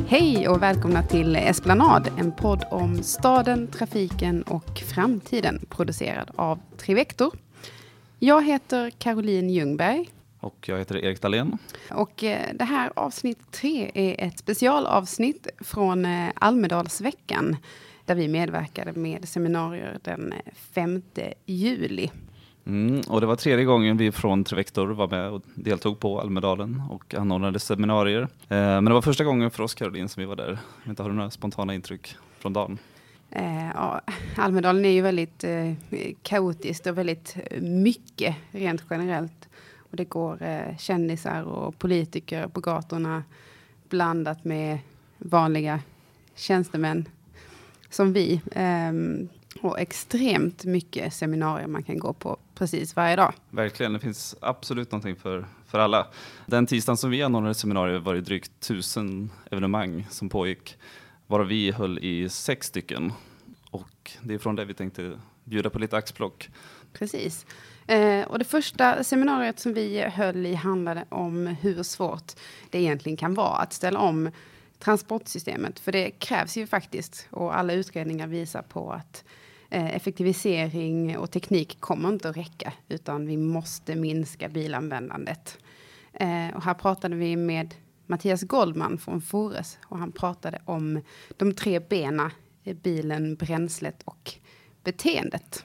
Hej och välkomna till Esplanad, en podd om staden, trafiken och framtiden, producerad av Trivector. Jag heter Caroline Ljungberg. Och jag heter Erik Dahlén. Och det här avsnitt 3 är ett specialavsnitt från Almedalsveckan, där vi medverkade med seminarier den 5 juli. Och det var 3:e gången vi från Trivector var med och deltog på Almedalen och anordnade seminarier. Men det var första gången för oss, Caroline, som vi var där. Inte har du några spontana intryck från dagen? Ja, Almedalen är ju väldigt kaotiskt och väldigt mycket rent generellt. Och det går kändisar och politiker på gatorna blandat med vanliga tjänstemän som vi. Och extremt mycket seminarier man kan gå på precis varje dag. Verkligen, det finns absolut någonting för alla. Den tisdagen som vi anordnade seminarier var det drygt 1000 evenemang som pågick. Varav vi höll i 6 stycken. Och det är från det vi tänkte bjuda på lite axplock. Precis. Och det första seminariet som vi höll i handlade om hur svårt det egentligen kan vara att ställa om transportsystemet. För det krävs ju faktiskt, och alla utredningar visar på att effektivisering och teknik kommer inte att räcka, utan vi måste minska bilanvändandet. Och här pratade vi med Mattias Goldman från Fores, och han pratade om de 3 benen: bilen, bränslet och beteendet.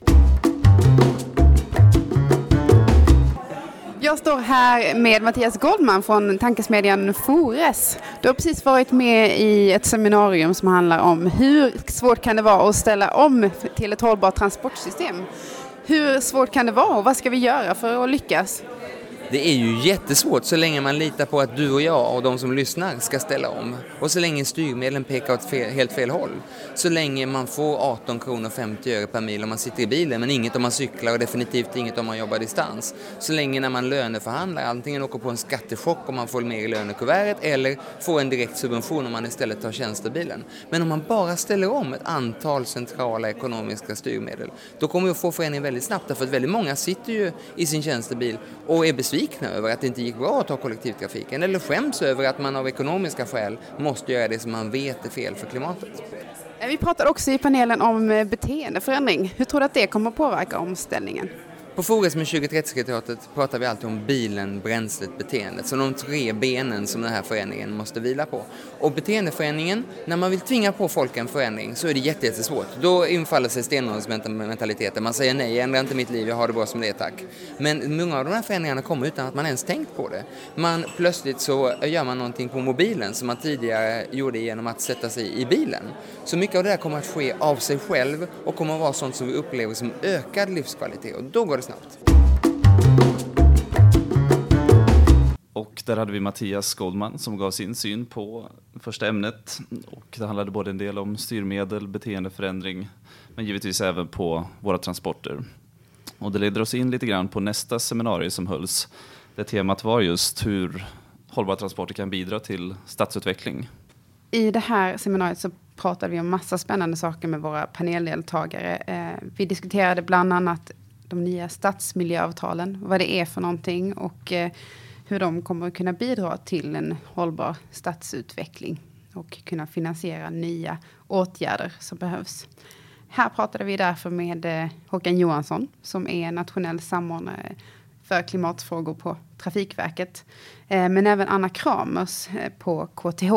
Jag står här med Mattias Goldman från tankesmedjan Fores. Du har precis varit med i ett seminarium som handlar om hur svårt kan det vara att ställa om till ett hållbart transportsystem. Hur svårt kan det vara och vad ska vi göra för att lyckas? Det är ju jättesvårt så länge man litar på att du och jag och de som lyssnar ska ställa om. Och så länge styrmedlen pekar åt helt fel håll. Så länge man får 18 kronor 50 öre per mil om man sitter i bilen, men inget om man cyklar och definitivt inget om man jobbar distans. Så länge när man löneförhandlar antingen åker på en skattechock om man får mer i lönekuvertet eller får en direkt subvention om man istället tar tjänstebilen. Men om man bara ställer om ett antal centrala ekonomiska styrmedel, då kommer vi att få förändring väldigt snabbt. Därför att väldigt många sitter ju i sin tjänstebil och är besvikna över att det inte gick bra att ta kollektivtrafiken, eller skäms över att man av ekonomiska skäl måste göra det som man vet är fel för klimatet. Vi pratar också i panelen om beteendeförändring. Hur tror du att det kommer att påverka omställningen? På Fores med 2030-sekretariatet pratar vi alltid om bilen, bränslet, beteendet. Så de 3 benen som den här förändringen måste vila på. Och beteendeförändringen, när man vill tvinga på folk en förändring så är det jättesvårt. Då infaller sig stenåldersmentaliteten. Man säger nej, jag ändrar inte mitt liv, jag har det bra som det är, tack. Men många av de här förändringarna kommer utan att man ens tänkt på det. Plötsligt så gör man någonting på mobilen som man tidigare gjorde genom att sätta sig i bilen. Så mycket av det här kommer att ske av sig själv och kommer att vara sånt som vi upplever som ökad livskvalitet. Och då går det snabbt. Och där hade vi Mattias Goldman som gav sin syn på första ämnet. Och det handlade både en del om styrmedel, beteendeförändring, men givetvis även på våra transporter. Och det leder oss in lite grann på nästa seminarium som hölls. Det temat var just hur hållbara transporter kan bidra till stadsutveckling. I det här seminariet så pratade vi om massa spännande saker med våra paneldeltagare. Vi diskuterade bland annat de nya stadsmiljöavtalen, vad det är för någonting och hur de kommer att kunna bidra till en hållbar stadsutveckling och kunna finansiera nya åtgärder som behövs. Här pratade vi därför med Håkan Johansson som är nationell samordnare för klimatfrågor på Trafikverket, men även Anna Kramers på KTH.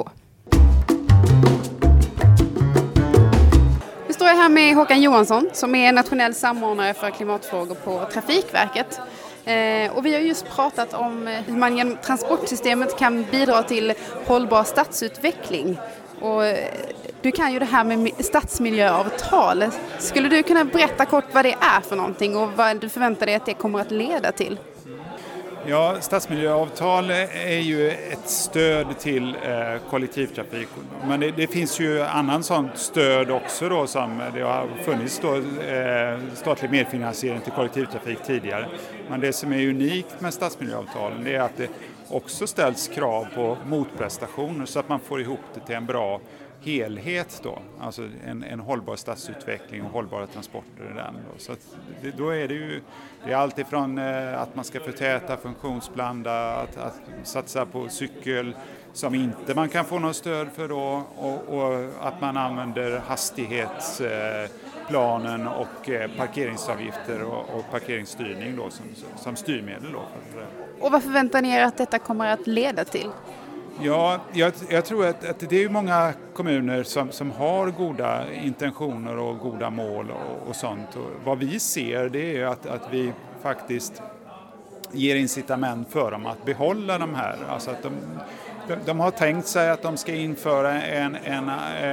Nu står jag här med Håkan Johansson som är nationell samordnare för klimatfrågor på Trafikverket. Och vi har just pratat om hur man genom transportsystemet kan bidra till hållbar stadsutveckling. Och du kan ju det här med stadsmiljöavtal. Skulle du kunna berätta kort vad det är för någonting och vad du förväntar dig att det kommer att leda till? Ja, stadsmiljöavtal är ju ett stöd till kollektivtrafik. Men det finns ju annan sånt stöd också då, som det har funnits då, statlig medfinansiering till kollektivtrafik tidigare. Men det som är unikt med stadsmiljöavtalen det är att det också ställs krav på motprestationer så att man får ihop det till en bra helhet då, alltså en hållbar stadsutveckling och hållbara transporter i den. Då. Så att då är det är allt ifrån att man ska förtäta, funktionsblanda, att satsa på cykel som inte man kan få något stöd för då, och att man använder hastighetsplanen och parkeringsavgifter och parkeringsstyrning då som styrmedel då. Och vad förväntar ni er att detta kommer att leda till? Ja, jag tror att det är många kommuner som har goda intentioner och goda mål och sånt. Och vad vi ser, det är att vi faktiskt ger incitament för dem att behålla de här. Alltså att de har tänkt sig att de ska införa en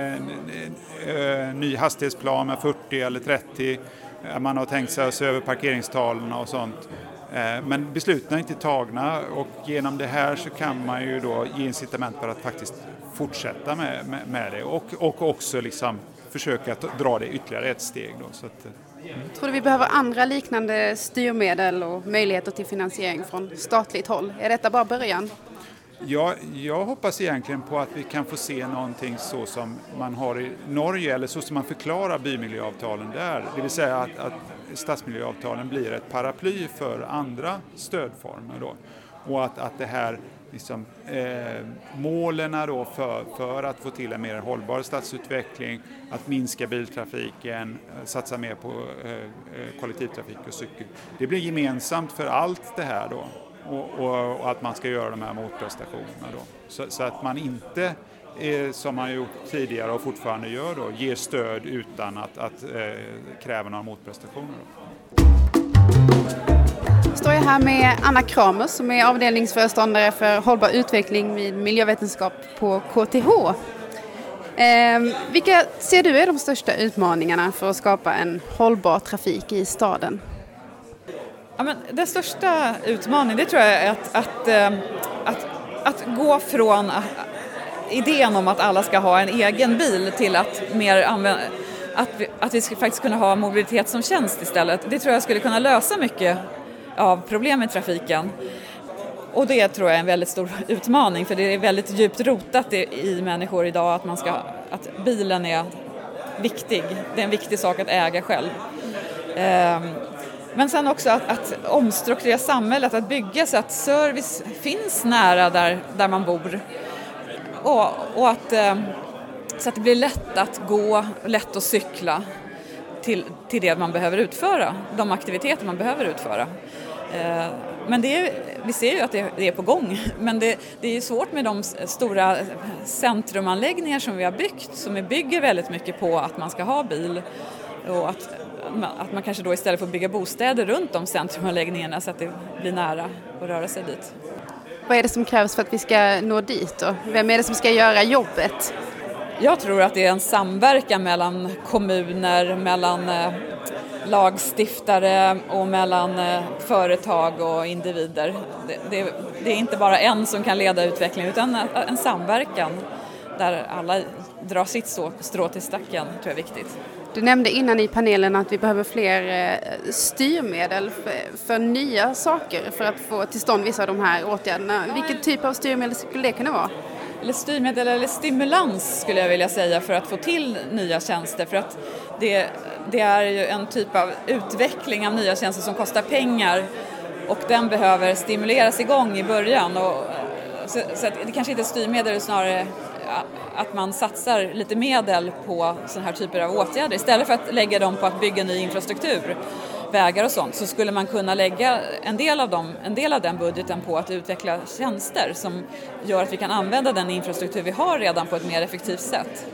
ny hastighetsplan med 40 eller 30. Man har tänkt sig att se över parkeringstalen och sånt. Men besluten är inte tagna, och genom det här så kan man ju då ge incitament för att faktiskt fortsätta med det och också liksom försöka dra det ytterligare ett steg då. Så att, Tror du vi behöver andra liknande styrmedel och möjligheter till finansiering från statligt håll? Är detta bara början? Ja, jag hoppas egentligen på att vi kan få se någonting så som man har i Norge, eller så som man förklarar bymiljöavtalen där. Det vill säga att stadsmiljöavtalen blir ett paraply för andra stödformer då. Och att det här liksom, målen då för att få till en mer hållbar stadsutveckling, att minska biltrafiken, satsa mer på kollektivtrafik och cykel. Det blir gemensamt för allt det här då. Och att man ska göra de här motprestationerna då. Så att man inte, som man gjort tidigare och fortfarande gör då, ger stöd utan att kräva några motprestationer då. Jag står jag här med Anna Kramer som är avdelningsföreståndare för hållbar utveckling vid miljövetenskap på KTH. Vilka ser du är de största utmaningarna för att skapa en hållbar trafik i staden? Ja, men den största utmaningen, det tror jag är att gå från idén om att alla ska ha en egen bil till att vi ska faktiskt kunna ha mobilitet som tjänst istället. Det tror jag skulle kunna lösa mycket av problem i trafiken. Och det tror jag är en väldigt stor utmaning, för det är väldigt djupt rotat i människor idag att bilen är viktig. Det är en viktig sak att äga själv. Men sen också att omstrukturera samhället, att bygga så att service finns nära där man bor. Och att, så att det blir lätt att gå, lätt att cykla till det man behöver utföra, de aktiviteter man behöver utföra. Men vi ser ju att det är på gång, men det är svårt med de stora centrumanläggningar som vi har byggt, som vi bygger väldigt mycket på att man ska ha bil, och att man kanske då istället får bygga bostäder runt om centrumanläggningarna så att det blir nära att röra sig dit. Vad är det som krävs för att vi ska nå dit då? Vem är det som ska göra jobbet? Jag tror att det är en samverkan mellan kommuner, mellan lagstiftare och mellan företag och individer. Det är inte bara en som kan leda utvecklingen, utan en samverkan där alla drar sitt strå till stacken, tror jag är viktigt. Du nämnde innan i panelen att vi behöver fler styrmedel för nya saker för att få till stånd vissa av de här åtgärderna. Vilken typ av styrmedel skulle det kunna vara? Eller styrmedel eller stimulans skulle jag vilja säga, för att få till nya tjänster. För att det är ju en typ av utveckling av nya tjänster som kostar pengar, och den behöver stimuleras igång i början. Så att det kanske inte är styrmedel, snarare att man satsar lite medel på sådana här typer av åtgärder. Istället för att lägga dem på att bygga ny infrastruktur, vägar och sånt, så skulle man kunna lägga en del av den budgeten på att utveckla tjänster som gör att vi kan använda den infrastruktur vi har redan på ett mer effektivt sätt.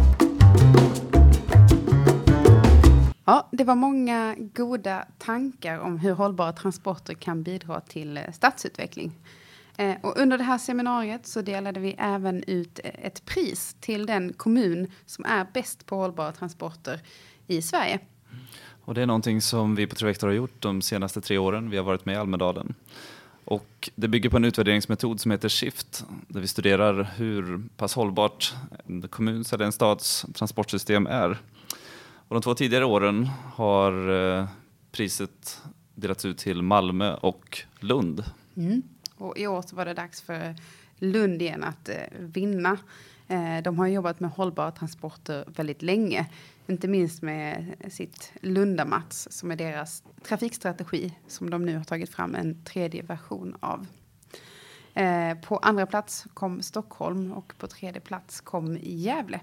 Ja, det var många goda tankar om hur hållbara transporter kan bidra till stadsutveckling. Och under det här seminariet så delade vi även ut ett pris till den kommun som är bäst på hållbara transporter i Sverige. Och det är någonting som vi på Trivector har gjort de senaste 3 åren. Vi har varit med i Almedalen. Och det bygger på en utvärderingsmetod som heter SHIFT, där vi studerar hur pass hållbart en kommuns eller en stads transportsystem är. Och de 2 tidigare åren har priset delats ut till Malmö och Lund. Och i år så var det dags för Lund igen att vinna. De har jobbat med hållbara transporter väldigt länge. Inte minst med sitt Lundamats som är deras trafikstrategi som de nu har tagit fram en 3:e version av. På andra plats kom Stockholm och på 3:e plats kom Gävle.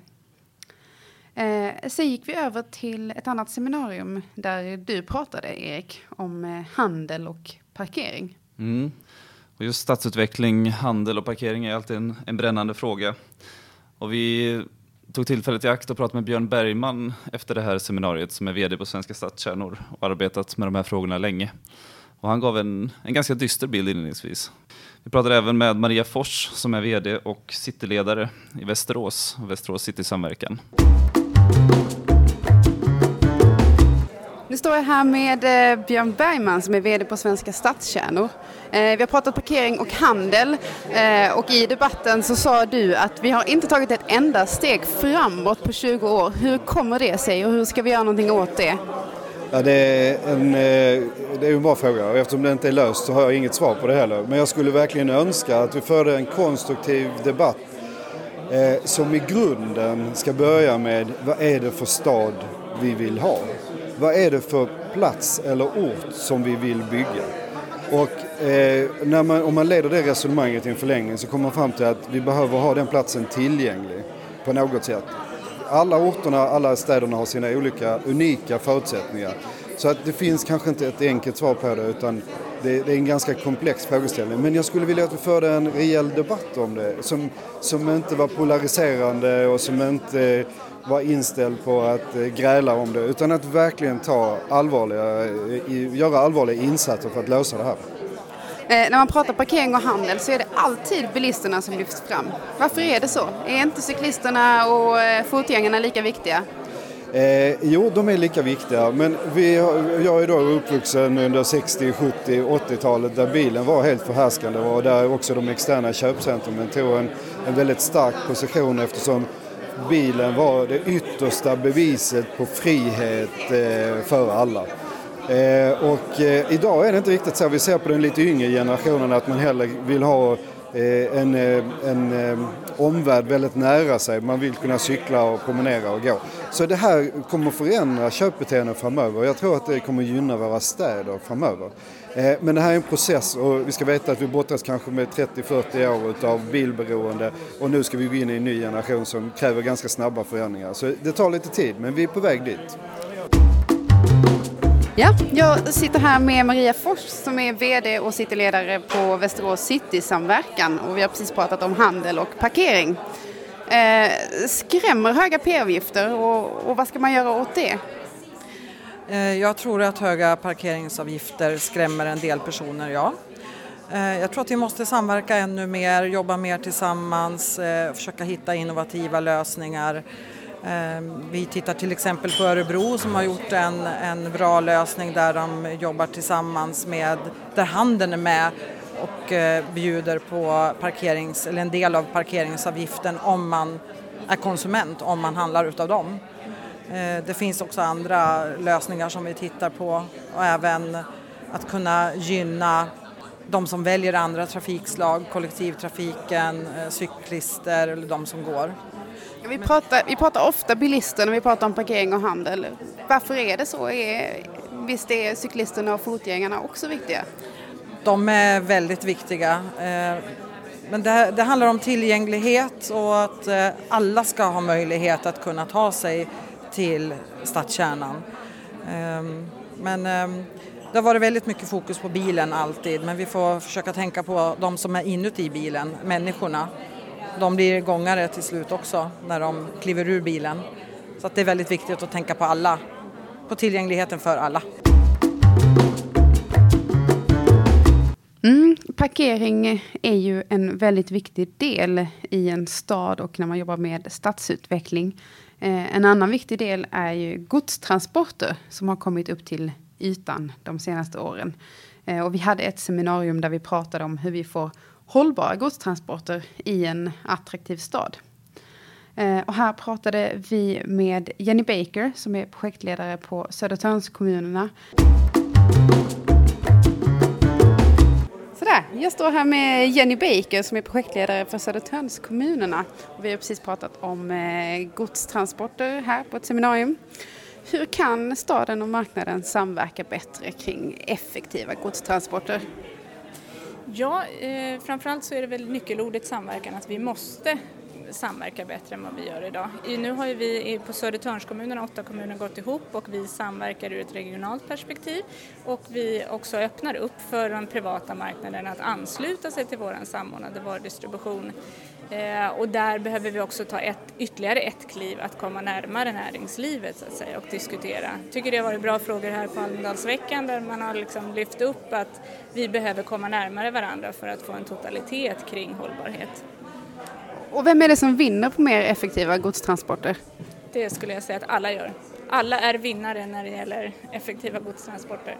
Sen gick vi över till ett annat seminarium där du pratade, Erik, om handel och parkering. Och just stadsutveckling, handel och parkering är alltid en brännande fråga. Och vi tog tillfället i akt och pratade med Björn Bergman efter det här seminariet som är vd på Svenska Stadskärnor och arbetat med de här frågorna länge. Och han gav en ganska dyster bild inledningsvis. Vi pratade även med Maria Fors som är vd och cityledare i Västerås City-samverkan. Nu står jag här med Björn Bergman som är vd på Svenska Stadskärnor. Vi har pratat parkering och handel och i debatten så sa du att vi har inte tagit ett enda steg framåt på 20 år. Hur kommer det sig och hur ska vi göra någonting åt det? Ja, det är en bra fråga och eftersom det inte är löst så har jag inget svar på det heller. Men jag skulle verkligen önska att vi förde en konstruktiv debatt som i grunden ska börja med vad är det för stad vi vill ha? Vad är det för plats eller ort som vi vill bygga? Och om man leder det resonemanget i en förlängning så kommer man fram till att vi behöver ha den platsen tillgänglig på något sätt. Alla orterna, alla städerna har sina olika unika förutsättningar. Så att det finns kanske inte ett enkelt svar på det utan det är en ganska komplex frågeställning. Men jag skulle vilja att vi förde en rejäl debatt om det som inte var polariserande och som inte var inställd på att gräla om det utan att verkligen göra allvarliga insatser för att lösa det här. När man pratar parkering och handel så är det alltid bilisterna som lyfts fram. Varför är det så? Är inte cyklisterna och fotgängarna lika viktiga? Jo, de är lika viktiga. Men jag är då uppvuxen under 60-, 70-, 80-talet där bilen var helt förhärskande och där också de externa köpcentrumen tog en väldigt stark position eftersom bilen var det yttersta beviset på frihet för alla. Idag är det inte riktigt så. Vi ser på den lite yngre generationen att man hellre vill ha en omvärld väldigt nära sig. Man vill kunna cykla och promenera och gå. Så det här kommer förändra köpbeteenden framöver. Jag tror att det kommer gynna våra städer framöver. Men det här är en process och vi ska veta att vi brottas kanske med 30-40 år av bilberoende och nu ska vi gå in i en ny generation som kräver ganska snabba förändringar. Så det tar lite tid men vi är på väg dit. Ja, jag sitter här med Maria Fors som är vd och cityledare på Västerås City-samverkan och vi har precis pratat om handel och parkering. Skrämmer höga p-avgifter och vad ska man göra åt det? Jag tror att höga parkeringsavgifter skrämmer en del personer, ja. Jag tror att vi måste samverka ännu mer, jobba mer tillsammans, försöka hitta innovativa lösningar. Vi tittar till exempel på Örebro som har gjort en bra lösning där de jobbar tillsammans där handeln är med och bjuder på eller en del av parkeringsavgiften om man är konsument, om man handlar utav dem. Det finns också andra lösningar som vi tittar på och även att kunna gynna de som väljer andra trafikslag, kollektivtrafiken, cyklister eller de som går. Vi pratar ofta bilister när vi pratar om parkering och handel. Varför är det så? Visst är cyklisterna och fotgängarna också viktiga? De är väldigt viktiga. Men det handlar om tillgänglighet och att alla ska ha möjlighet att kunna ta sig till stadskärnan. Men det har varit väldigt mycket fokus på bilen alltid. Men vi får försöka tänka på de som är inuti bilen, människorna. De blir gångare till slut också när de kliver ur bilen. Så att det är väldigt viktigt att tänka på alla. På tillgängligheten för alla. Parkering är ju en väldigt viktig del i en stad och när man jobbar med stadsutveckling. En annan viktig del är ju godstransporter som har kommit upp till ytan de senaste åren. Och vi hade ett seminarium där vi pratade om hur vi får hållbara godstransporter i en attraktiv stad. Och här pratade vi med Jenny Baker som är projektledare på Södertörnskommunerna. Sådär, Jag står här med Jenny Baker som är projektledare för Södertörnskommunerna. Och vi har precis pratat om godstransporter här på ett seminarium. Hur kan staden och marknaden samverka bättre kring effektiva godstransporter? Ja, framförallt så är det väl nyckelordet samverkan, att vi måste samverka bättre än vad vi gör idag. Nu har ju vi på Södertörnskommunerna, 8 kommuner, gått ihop och vi samverkar ur ett regionalt perspektiv och vi också öppnar upp för den privata marknaden att ansluta sig till vår samordnade varudistribution. Och där behöver vi också ta ytterligare ett kliv att komma närmare näringslivet så att säga, och diskutera. Jag tycker det har varit bra frågor här på Almedalsveckan där man har liksom lyft upp att vi behöver komma närmare varandra för att få en totalitet kring hållbarhet. Och vem är det som vinner på mer effektiva godstransporter? Det skulle jag säga att alla gör. Alla är vinnare när det gäller effektiva godstransporter.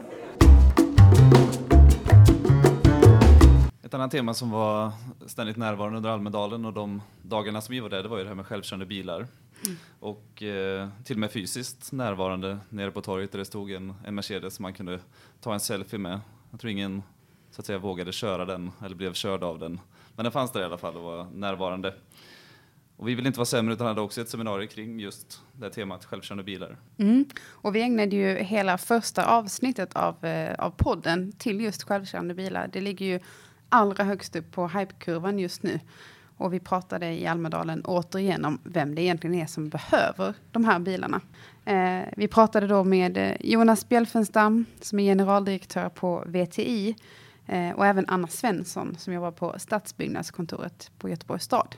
Ett annat tema som var ständigt närvarande under Almedalen och de dagarna som vi var där, det var ju det här med självkörande bilar. Och till och med fysiskt närvarande nere på torget där det stod en Mercedes som man kunde ta en selfie med. Jag tror ingen så att säga vågade köra den eller blev körd av den. Men den fanns där i alla fall och var närvarande. Och vi vill inte vara sämre utan hade också ett seminarium kring just det här temat självkörande bilar. Och vi ägnade ju hela första avsnittet av podden till just självkörande bilar. Det ligger ju allra högst upp på hypekurvan just nu. Och vi pratade i Almedalen återigen om vem det egentligen är som behöver de här bilarna. Vi pratade då med Jonas Bjelfenstam som är generaldirektör på VTI. Och även Anna Svensson som jobbar på Stadsbyggnadskontoret på Göteborgs stad.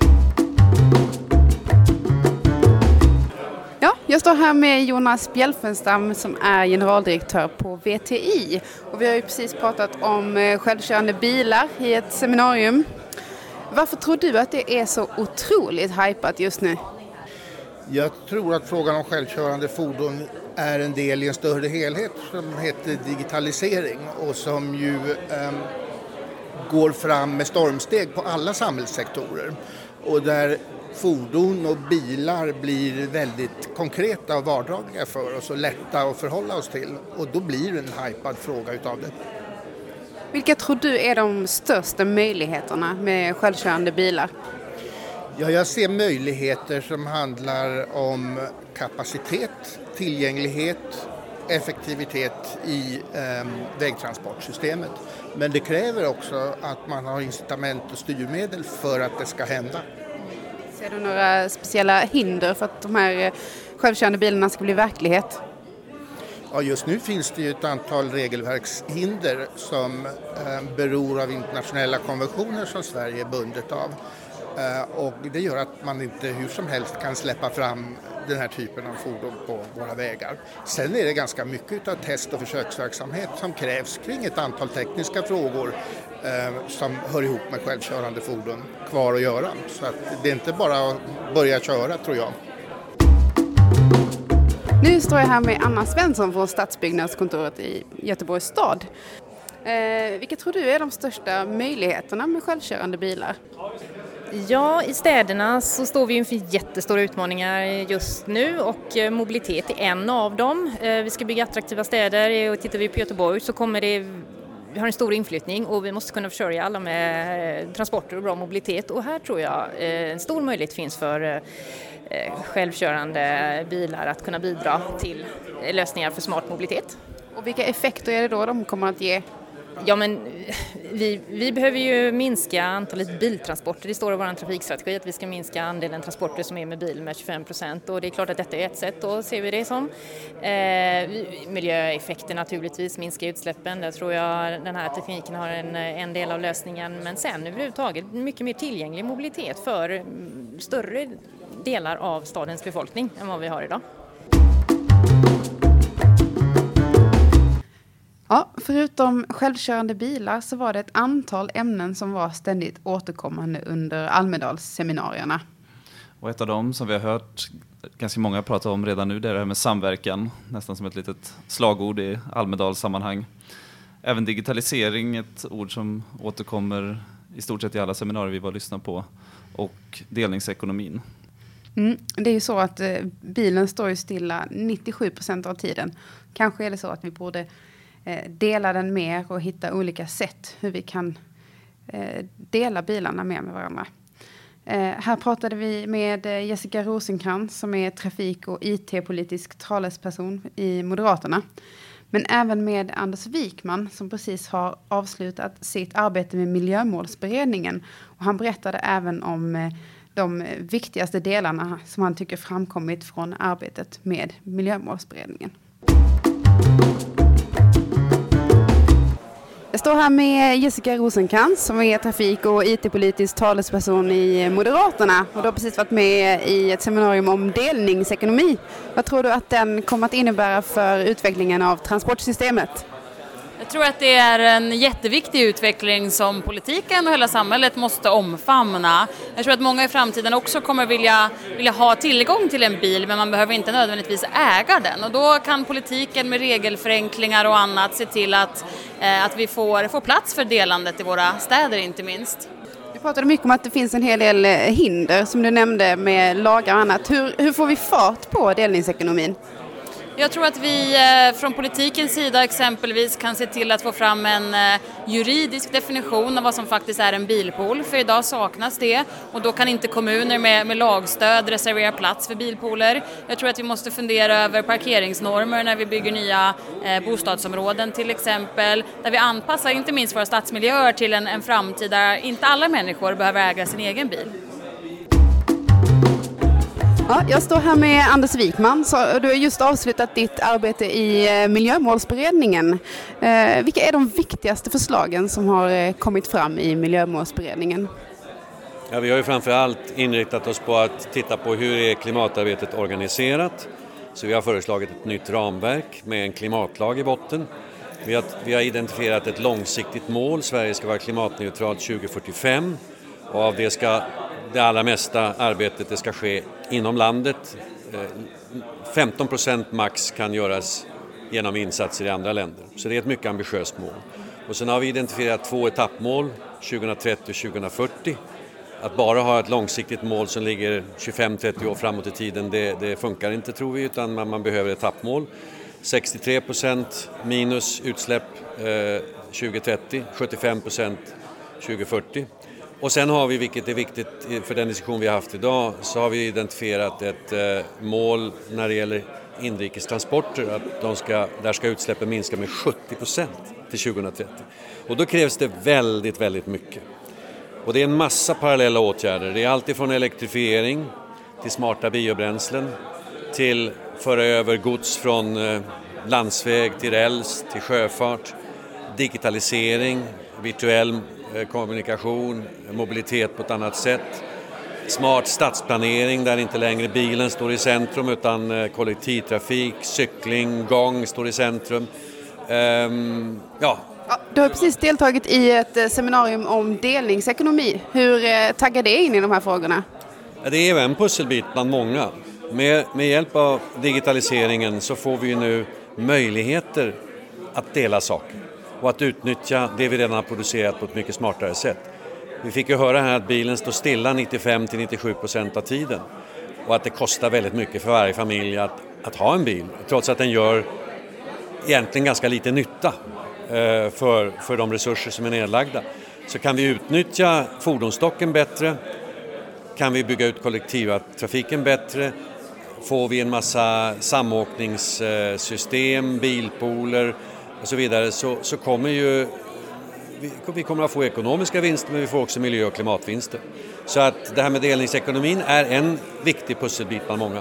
Ja, jag står här med Jonas Bjelfenstam som är generaldirektör på VTI. Och vi har ju precis pratat om självkörande bilar i ett seminarium. Varför tror du att det är så otroligt hypat just nu? Jag tror att frågan om självkörande fordon är en del i en större helhet som heter digitalisering och som ju går fram med stormsteg på alla samhällssektorer. Och där fordon och bilar blir väldigt konkreta och vardagliga för oss och lätta att förhålla oss till. Och då blir det en hypad fråga utav det. Vilka tror du är de största möjligheterna med självkörande bilar? Ja, jag ser möjligheter som handlar om kapacitet, tillgänglighet, effektivitet i vägtransportsystemet. Men det kräver också att man har incitament och styrmedel för att det ska hända. Ser du några speciella hinder för att de här självkörande bilarna ska bli verklighet? Ja, just nu finns det ju ett antal regelverkshinder som beror av internationella konventioner som Sverige är bundet av. Och det gör att man inte hur som helst kan släppa fram den här typen av fordon på våra vägar. Sen är det ganska mycket av test- och försöksverksamhet som krävs kring ett antal tekniska frågor som hör ihop med självkörande fordon kvar att göra. Så att det är inte bara att börja köra, tror jag. Nu står jag här med Anna Svensson från Stadsbyggnadskontoret i Göteborgs stad. Vilka tror du är de största möjligheterna med självkörande bilar? Ja, i städerna så står vi inför jättestora utmaningar just nu och mobilitet är en av dem. Vi ska bygga attraktiva städer och tittar vi på Göteborg så kommer vi har en stor inflyttning och vi måste kunna försörja alla med transporter och bra mobilitet. Och här tror jag en stor möjlighet finns för självkörande bilar att kunna bidra till lösningar för smart mobilitet. Och vilka effekter är det då de kommer att ge? Ja, men vi behöver ju minska antalet biltransporter. Det står i vår trafikstrategi att vi ska minska andelen transporter som är med bil med 25%. Och det är klart att detta är ett sätt, då ser vi det som. Miljöeffekter naturligtvis, minska utsläppen. Där tror jag den här tekniken har en del av lösningen. Men sen överhuvudtaget mycket mer tillgänglig mobilitet för större delar av stadens befolkning än vad vi har idag. Ja, förutom självkörande bilar så var det ett antal ämnen som var ständigt återkommande under Almedalsseminarierna. Och ett av dem som vi har hört ganska många prata om redan nu, det är det här med samverkan, nästan som ett litet slagord i Almedalssammanhang. Även digitalisering, ett ord som återkommer i stort sett i alla seminarier vi var och lyssnade på, och delningsekonomin. Det är ju så att bilen står ju stilla 97% av tiden. Kanske är det så att vi borde dela den mer och hitta olika sätt hur vi kan dela bilarna mer med varandra. Här pratade vi med Jessica Rosenkrantz som är trafik- och IT-politisk talesperson i Moderaterna. Men även med Anders Wijkman som precis har avslutat sitt arbete med miljömålsberedningen. Och han berättade även om de viktigaste delarna som han tycker framkommit från arbetet med miljömålsberedningen. Jag står här med Jessica Rosenkrantz som är trafik- och IT-politisk talesperson i Moderaterna. Och du har precis varit med i ett seminarium om delningsekonomi. Vad tror du att den kommer att innebära för utvecklingen av transportsystemet? Jag tror att det är en jätteviktig utveckling som politiken och hela samhället måste omfamna. Jag tror att många i framtiden också kommer vilja ha tillgång till en bil, men man behöver inte nödvändigtvis äga den. Och då kan politiken med regelförenklingar och annat se till att vi får plats för delandet i våra städer inte minst. Vi pratade mycket om att det finns en hel del hinder som du nämnde med lagar och annat. Hur får vi fart på delningsekonomin? Jag tror att vi från politikens sida exempelvis kan se till att få fram en juridisk definition av vad som faktiskt är en bilpool. För idag saknas det och då kan inte kommuner med lagstöd reservera plats för bilpooler. Jag tror att vi måste fundera över parkeringsnormer när vi bygger nya bostadsområden till exempel. Där vi anpassar inte minst våra stadsmiljöer till en framtid där inte alla människor behöver äga sin egen bil. Ja, jag står här med Anders Wijkman. Du har just avslutat ditt arbete i miljömålsberedningen. Vilka är de viktigaste förslagen som har kommit fram i miljömålsberedningen? Ja, vi har ju framförallt inriktat oss på att titta på hur är klimatarbetet organiserat. Så vi har föreslagit ett nytt ramverk med en klimatlag i botten. Vi har identifierat ett långsiktigt mål. Sverige ska vara klimatneutralt 2045 och av det ska det allra mesta arbetet det ska ske inom landet. 15% max kan göras genom insatser i andra länder. Så det är ett mycket ambitiöst mål. Och sen har vi identifierat 2 etappmål, 2030 och 2040. Att bara ha ett långsiktigt mål som ligger 25-30 år framåt i tiden, det funkar inte tror vi, utan man behöver etappmål. 63% minus utsläpp 2030, 75% 2040. Och sen har vi, vilket är viktigt för den diskussion vi har haft idag, så har vi identifierat ett mål när det gäller inrikestransporter att där ska utsläppen minska med 70% till 2030. Och då krävs det väldigt, väldigt mycket. Och det är en massa parallella åtgärder. Det är allt ifrån elektrifiering till smarta biobränslen till föra över gods från landsväg till räls till sjöfart, digitalisering, virtuell kommunikation, mobilitet på ett annat sätt, smart stadsplanering där inte längre bilen står i centrum utan kollektivtrafik, cykling, gång står i centrum. Du har precis deltagit i ett seminarium om delningsekonomi. Hur taggar det in i de här frågorna? Det är en pusselbit bland många. Med hjälp av digitaliseringen så får vi nu möjligheter att dela saker och att utnyttja det vi redan har producerat på ett mycket smartare sätt. Vi fick ju höra här att bilen står stilla 95-97% av tiden och att det kostar väldigt mycket för varje familj att ha en bil, trots att den gör egentligen ganska lite nytta för de resurser som är nedlagda. Så kan vi utnyttja fordonsstocken bättre, kan vi bygga ut kollektivtrafiken bättre, får vi en massa samåkningssystem, bilpooler och så vidare, så kommer ju vi kommer att få ekonomiska vinster, men vi får också miljö- och klimatvinster. Så att det här med delningsekonomin är en viktig pusselbit bland många.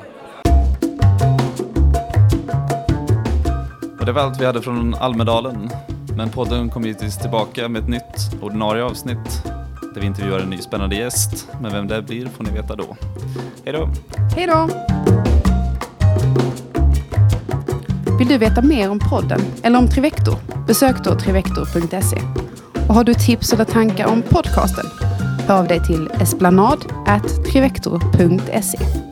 Och det var allt vi hade från Almedalen. Men podden kommer givetvis tillbaka med ett nytt ordinarie avsnitt där vi intervjuar en ny spännande gäst. Men vem det blir får ni veta då. Hej då! Hej då! Vill du veta mer om podden eller om Trivector? Besök då trivector.se. Och har du tips eller tankar om podcasten? Hör av dig till esplanad@trivector.se.